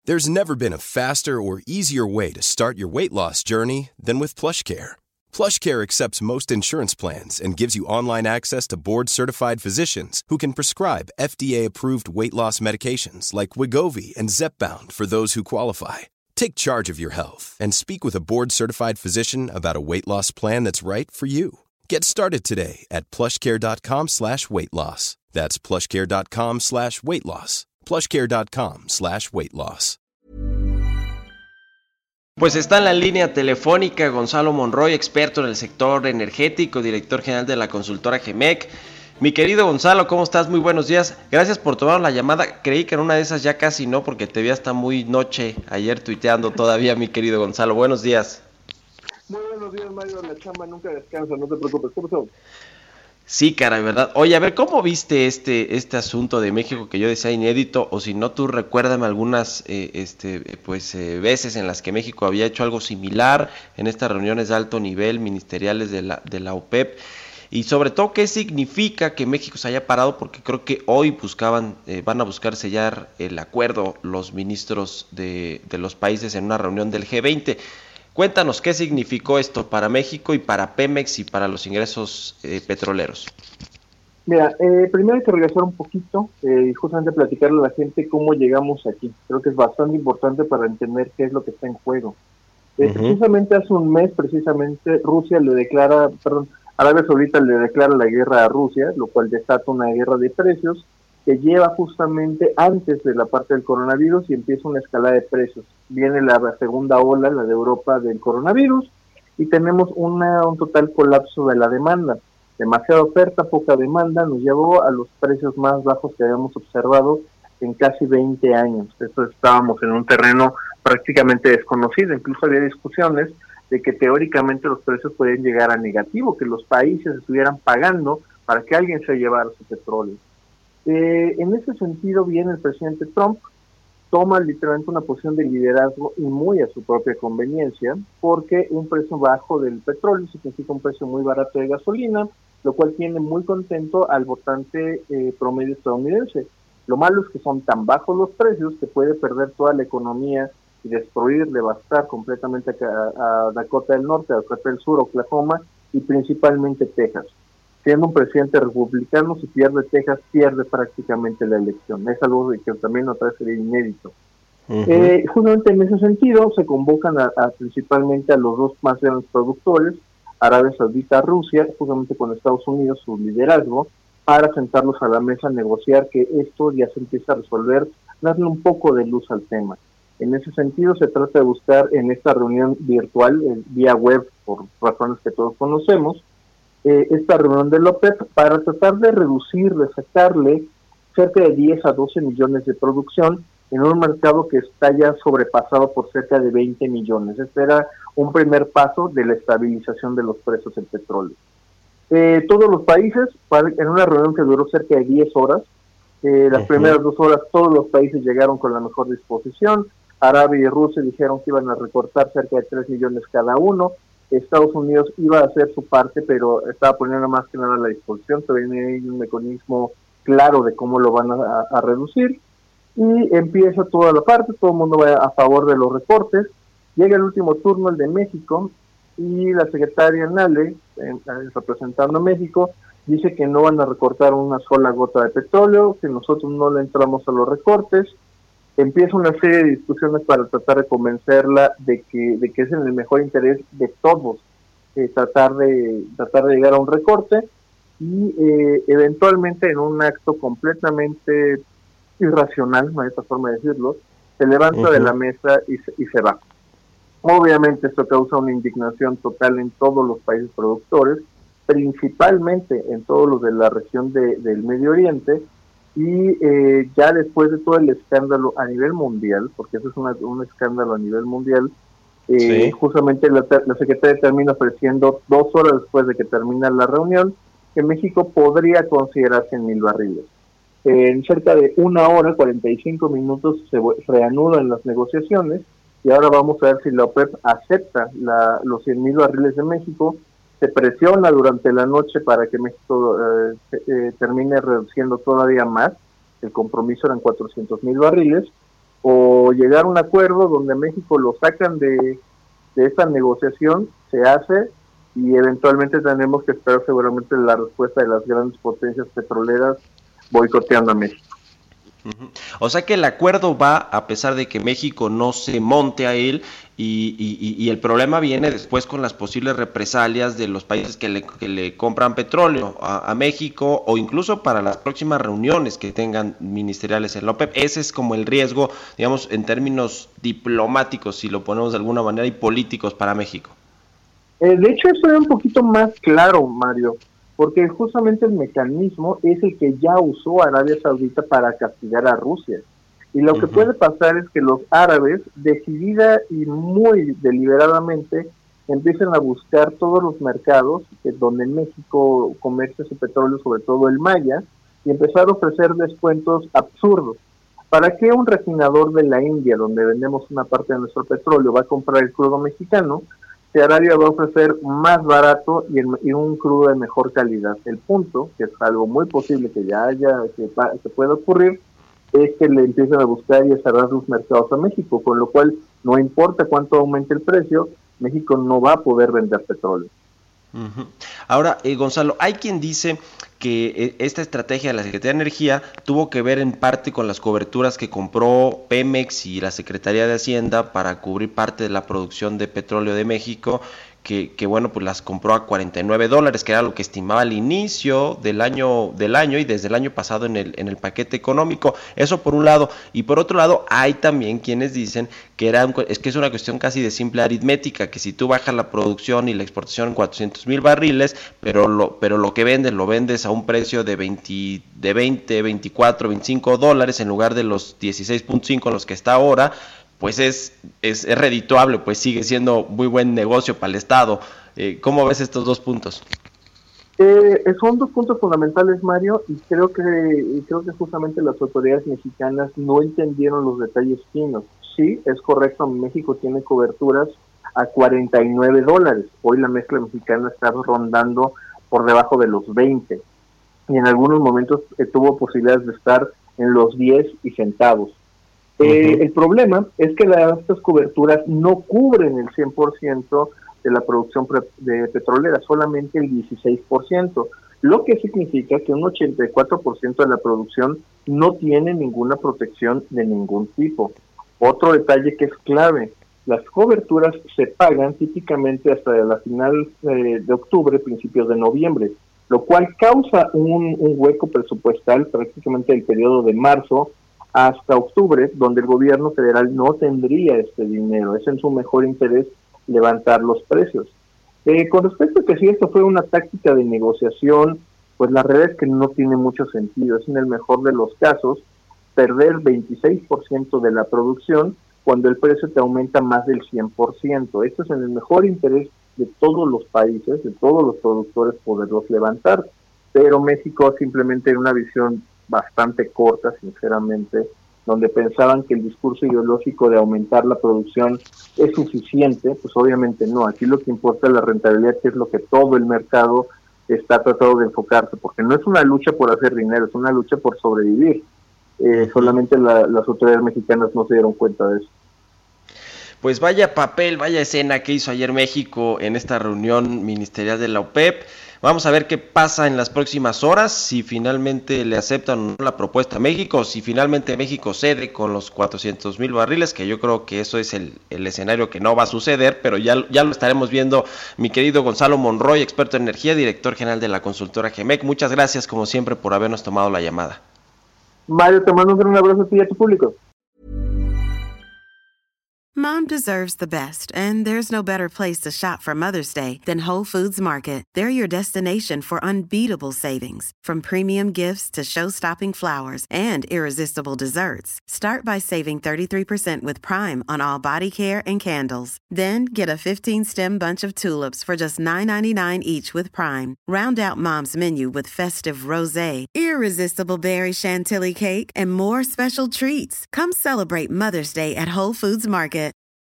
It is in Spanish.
There's never been a faster or easier way to start your weight loss journey than with PlushCare. PlushCare accepts most insurance plans and gives you online access to board-certified physicians who can prescribe FDA-approved weight loss medications like Wegovy and Zepbound for those who qualify. Take charge of your health and speak with a board-certified physician about a weight loss plan that's right for you. Get started today at plushcare.com/weight loss. That's plushcare.com/weight loss. plushcare.com/weight loss. Pues está en la línea telefónica Gonzalo Monroy, experto en el sector energético, director general de la consultora GEMEC. Mi querido Gonzalo, ¿cómo estás? Muy buenos días. Gracias por tomar la llamada. Creí que en una de esas ya casi no, porque te vi hasta muy noche ayer tuiteando todavía, mi querido Gonzalo. Buenos días. Muy buenos días, Mario. La chamba nunca descansa, no te preocupes. ¿Cómo estás? Sí, caray, ¿verdad? Oye, a ver, ¿cómo viste este asunto de México que yo decía inédito? O si no, tú recuérdame algunas veces en las que México había hecho algo similar en estas reuniones de alto nivel ministeriales de la OPEP. Y sobre todo, ¿qué significa que México se haya parado? Porque creo que hoy van a buscar sellar el acuerdo los ministros de los países en una reunión del G20. Cuéntanos, ¿qué significó esto para México y para Pemex y para los ingresos petroleros? Mira, primero hay que regresar un poquito y justamente platicarle a la gente cómo llegamos aquí. Creo que es bastante importante para entender qué es lo que está en juego. Precisamente hace un mes, Arabia Saudita le declara la guerra a Rusia, lo cual desata una guerra de precios que lleva justamente antes de la parte del coronavirus y empieza una escalada de precios. Viene la segunda ola, la de Europa del coronavirus, y tenemos un total colapso de la demanda. Demasiada oferta, poca demanda, nos llevó a los precios más bajos que habíamos observado en casi 20 años. Eso estábamos en un terreno prácticamente desconocido, incluso había discusiones de que teóricamente los precios podían llegar a negativo, que los países estuvieran pagando para que alguien se llevara su petróleo. En ese sentido viene el presidente Trump, toma literalmente una posición de liderazgo y muy a su propia conveniencia, porque un precio bajo del petróleo significa un precio muy barato de gasolina, lo cual tiene muy contento al votante promedio estadounidense. Lo malo es que son tan bajos los precios que puede perder toda la economía y destruir, devastar completamente a Dakota del Norte, a Dakota del Sur, Oklahoma y principalmente Texas. Siendo un presidente republicano, si pierde Texas, pierde prácticamente la elección. Es algo que también otra vez sería inédito. Justamente en ese sentido, se convocan principalmente a los dos más grandes productores, Arabia Saudita, Rusia, justamente con Estados Unidos, su liderazgo, para sentarlos a la mesa a negociar que esto ya se empieza a resolver, darle un poco de luz al tema. En ese sentido, se trata de buscar en esta reunión virtual, vía web, por razones que todos conocemos, esta reunión de OPEP para tratar de reducir, de sacarle cerca de 10 a 12 millones de producción en un mercado que está ya sobrepasado por cerca de 20 millones. Este era un primer paso de la estabilización de los precios del petróleo. Todos los países, en una reunión que duró cerca de 10 horas, las primeras 2 horas todos los países llegaron con la mejor disposición. Arabia y Rusia dijeron que iban a recortar cerca de 3 millones cada uno. Estados Unidos iba a hacer su parte, pero estaba poniendo más que nada a la disposición. Todavía hay un mecanismo claro de cómo lo van a reducir. Y empieza toda la parte, todo el mundo va a favor de los recortes. Llega el último turno, el de México, y la secretaria Nale, representando a México, dice que no van a recortar una sola gota de petróleo, que nosotros no le entramos a los recortes. Empieza una serie de discusiones para tratar de convencerla de que es en el mejor interés de todos tratar de llegar a un recorte y eventualmente en un acto completamente irracional, no hay otra forma de decirlo, se levanta de la mesa y se va. Obviamente esto causa una indignación total en todos los países productores, principalmente en todos los de la región del Medio Oriente, y ya después de todo el escándalo a nivel mundial, porque eso es un escándalo a nivel mundial, justamente la secretaria termina ofreciendo 2 horas después de que termina la reunión que México podría considerar 100,000 barriles. En cerca de 1 hora, 45 minutos se reanudan las negociaciones y ahora vamos a ver si la OPEP acepta los 100,000 barriles de México. Se presiona durante la noche para que México termine reduciendo todavía más. El compromiso eran 400,000 barriles o llegar a un acuerdo donde México lo sacan de esta negociación, se hace, y eventualmente tenemos que esperar seguramente la respuesta de las grandes potencias petroleras boicoteando a México. O sea que el acuerdo va a pesar de que México no se monte a él y el problema viene después con las posibles represalias de los países que le compran petróleo a México, o incluso para las próximas reuniones que tengan ministeriales en la OPEP. Ese es como el riesgo, digamos, en términos diplomáticos, si lo ponemos de alguna manera, y políticos para México. De hecho, eso es un poquito más claro, Mario, porque justamente el mecanismo es el que ya usó Arabia Saudita para castigar a Rusia. Y lo que puede pasar es que los árabes, decidida y muy deliberadamente, empiecen a buscar todos los mercados donde México comercia su petróleo, sobre todo el maya, y empezar a ofrecer descuentos absurdos. ¿Para qué un refinador de la India, donde vendemos una parte de nuestro petróleo, va a comprar el crudo mexicano? Que Arabia va a ofrecer más barato y un crudo de mejor calidad. El punto, que es algo muy posible que que pueda ocurrir, es que le empiecen a buscar y a cerrar los mercados a México, con lo cual no importa cuánto aumente el precio, México no va a poder vender petróleo. Ahora, Gonzalo, hay quien dice que esta estrategia de la Secretaría de Energía tuvo que ver en parte con las coberturas que compró Pemex y la Secretaría de Hacienda para cubrir parte de la producción de petróleo de México, que bueno, pues las compró a $49, que era lo que estimaba al inicio del año y desde el año pasado en el paquete económico. Eso por un lado, y por otro lado hay también quienes dicen que es una cuestión casi de simple aritmética, que si tú bajas la producción y la exportación en 400,000 barriles, pero lo que lo vendes a un precio de 20, 24, $25 en lugar de los 16.5 en los que está ahora, pues es redituable, pues sigue siendo muy buen negocio para el Estado. ¿Cómo ves estos dos puntos? Son dos puntos fundamentales, Mario, y creo que justamente las autoridades mexicanas no entendieron los detalles finos. Sí, es correcto, México tiene coberturas a $49. Hoy la mezcla mexicana está rondando por debajo de los 20, y en algunos momentos tuvo posibilidades de estar en los 10 y centavos. El problema es que estas coberturas no cubren el 100% de la producción de petrolera, solamente el 16%, lo que significa que un 84% de la producción no tiene ninguna protección de ningún tipo. Otro detalle que es clave, las coberturas se pagan típicamente hasta la final de octubre, principios de noviembre, lo cual causa un hueco presupuestal prácticamente del periodo de marzo hasta octubre, donde el gobierno federal no tendría este dinero. Es en su mejor interés levantar los precios. Con respecto a que si esto fue una táctica de negociación, pues la realidad es que no tiene mucho sentido. Es en el mejor de los casos perder 26% de la producción cuando el precio te aumenta más del 100%. Esto es en el mejor interés de todos los países, de todos los productores, poderlos levantar. Pero México simplemente en una visión bastante corta, sinceramente, donde pensaban que el discurso ideológico de aumentar la producción es suficiente, pues obviamente no. Aquí lo que importa es la rentabilidad, que es lo que todo el mercado está tratando de enfocarse, porque no es una lucha por hacer dinero, es una lucha por sobrevivir. Solamente las autoridades mexicanas no se dieron cuenta de eso. Pues vaya papel, vaya escena que hizo ayer México en esta reunión ministerial de la OPEP. Vamos a ver qué pasa en las próximas horas, si finalmente le aceptan o no la propuesta a México, si finalmente México cede con los 400,000 barriles, que yo creo que eso es el escenario que no va a suceder, pero ya lo estaremos viendo. Mi querido Gonzalo Monroy, experto en energía, director general de la consultora GEMEC, muchas gracias como siempre por habernos tomado la llamada. Mario, te mando un abrazo a ti y a tu público. Mom deserves the best, and there's no better place to shop for Mother's Day than Whole Foods Market. They're your destination for unbeatable savings, from premium gifts to show-stopping flowers and irresistible desserts. Start by saving 33% with Prime on all body care and candles. Then get a 15-stem bunch of tulips for just $9.99 each with Prime. Round out Mom's menu with festive rosé, irresistible berry chantilly cake, and more special treats. Come celebrate Mother's Day at Whole Foods Market.